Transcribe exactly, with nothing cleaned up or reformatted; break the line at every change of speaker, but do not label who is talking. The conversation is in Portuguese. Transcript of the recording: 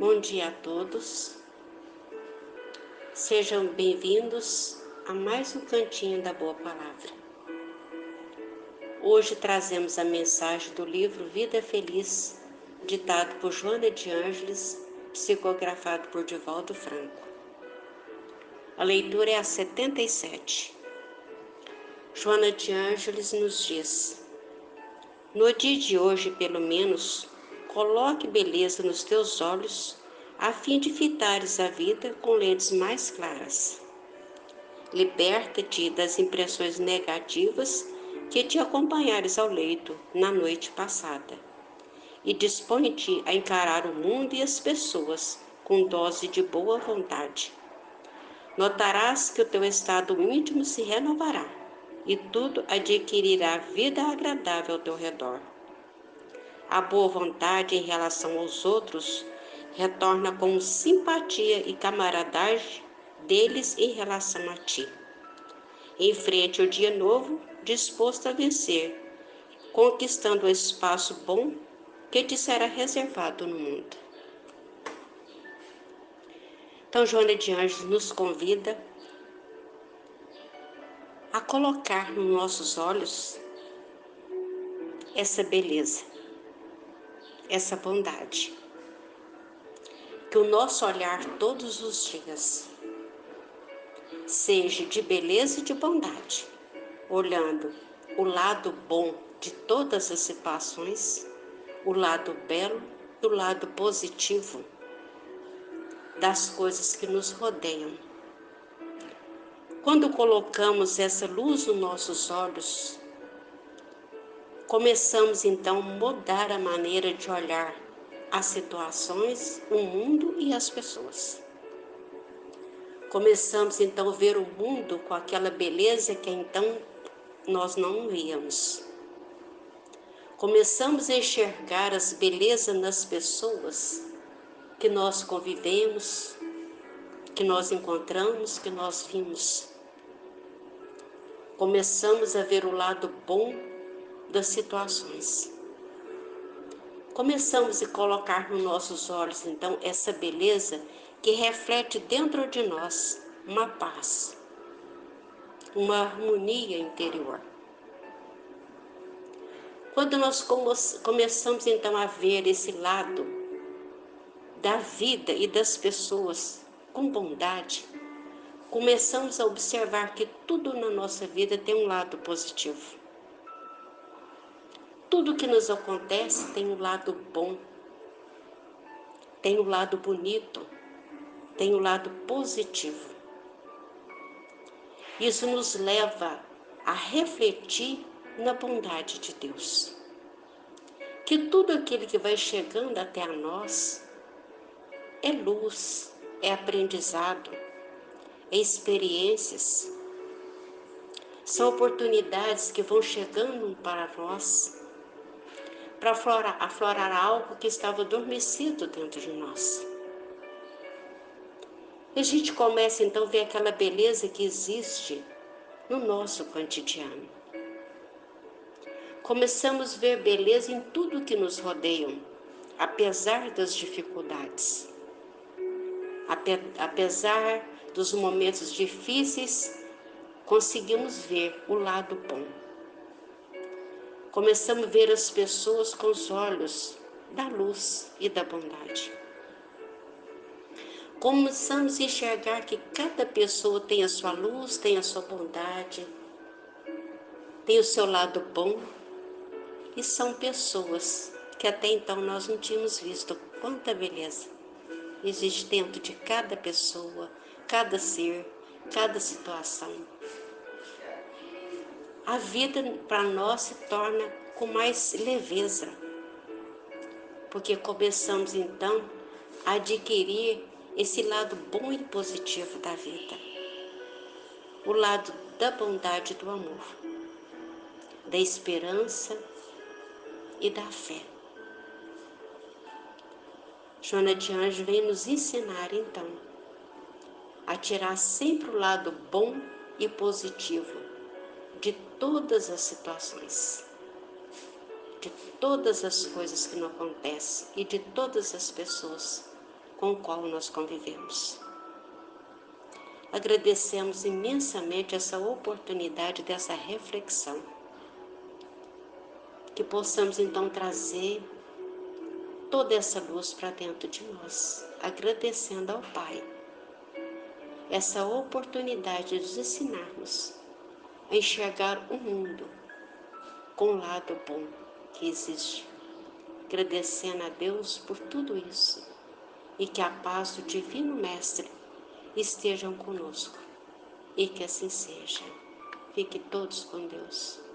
Bom dia a todos, sejam bem-vindos a mais um Cantinho da Boa Palavra. Hoje trazemos a mensagem do livro Vida Feliz, ditado por Joana de Ângeles, psicografado por Divaldo Franco. A leitura é a setenta e sete. Joana de Ângeles nos diz: no dia de hoje, pelo menos, coloque beleza nos teus olhos, a fim de fitares a vida com lentes mais claras. Liberta-te das impressões negativas que te acompanhares ao leito na noite passada, e dispõe-te a encarar o mundo e as pessoas com dose de boa vontade. Notarás que o teu estado íntimo se renovará, e tudo adquirirá vida agradável ao teu redor. A boa vontade em relação aos outros retorna com simpatia e camaradagem deles em relação a ti. Enfrente o dia novo, disposto a vencer, conquistando o espaço bom que te será reservado no mundo. Então, Joana de Ângeles nos convida a colocar nos nossos olhos essa beleza, essa bondade. Que o nosso olhar todos os dias seja de beleza e de bondade, olhando o lado bom de todas as situações, o lado belo e o lado positivo das coisas que nos rodeiam. Quando colocamos essa luz nos nossos olhos, começamos então a mudar a maneira de olhar as situações, o mundo e as pessoas. Começamos então a ver o mundo com aquela beleza que então nós não víamos. Começamos a enxergar as belezas nas pessoas que nós convivemos, que nós encontramos, que nós vimos. Começamos a ver o lado bom das situações. Começamos a colocar nos nossos olhos, então, essa beleza que reflete dentro de nós uma paz, uma harmonia interior. Quando nós começamos, então, a ver esse lado da vida e das pessoas com bondade, começamos a observar que tudo na nossa vida tem um lado positivo. Tudo que nos acontece tem um lado bom, tem um lado bonito, tem um lado positivo. Isso nos leva a refletir na bondade de Deus. Que tudo aquilo que vai chegando até a nós é luz, é aprendizado, é experiências, são oportunidades que vão chegando para nós, para aflorar, aflorar algo que estava adormecido dentro de nós. E a gente começa então a ver aquela beleza que existe no nosso cotidiano. Começamos a ver beleza em tudo que nos rodeia, apesar das dificuldades. Apesar dos momentos difíceis, conseguimos ver o lado bom. Começamos a ver as pessoas com os olhos da luz e da bondade. Começamos a enxergar que cada pessoa tem a sua luz, tem a sua bondade, tem o seu lado bom, e são pessoas que até então nós não tínhamos visto quanta beleza existe dentro de cada pessoa, cada ser, cada situação. A vida para nós se torna com mais leveza, porque começamos então a adquirir esse lado bom e positivo da vida, o lado da bondade e do amor, da esperança e da fé. Joana de Ângeles vem nos ensinar então a tirar sempre o lado bom e positivo de todas as situações, de todas as coisas que não acontecem e de todas as pessoas com o qual nós convivemos. Agradecemos imensamente essa oportunidade dessa reflexão. Que possamos então trazer toda essa luz para dentro de nós, agradecendo ao Pai essa oportunidade de nos ensinarmos a enxergar o mundo com o lado bom que existe. Agradecendo a Deus por tudo isso e que a paz do Divino Mestre estejam conosco e que assim seja. Fiquem todos com Deus.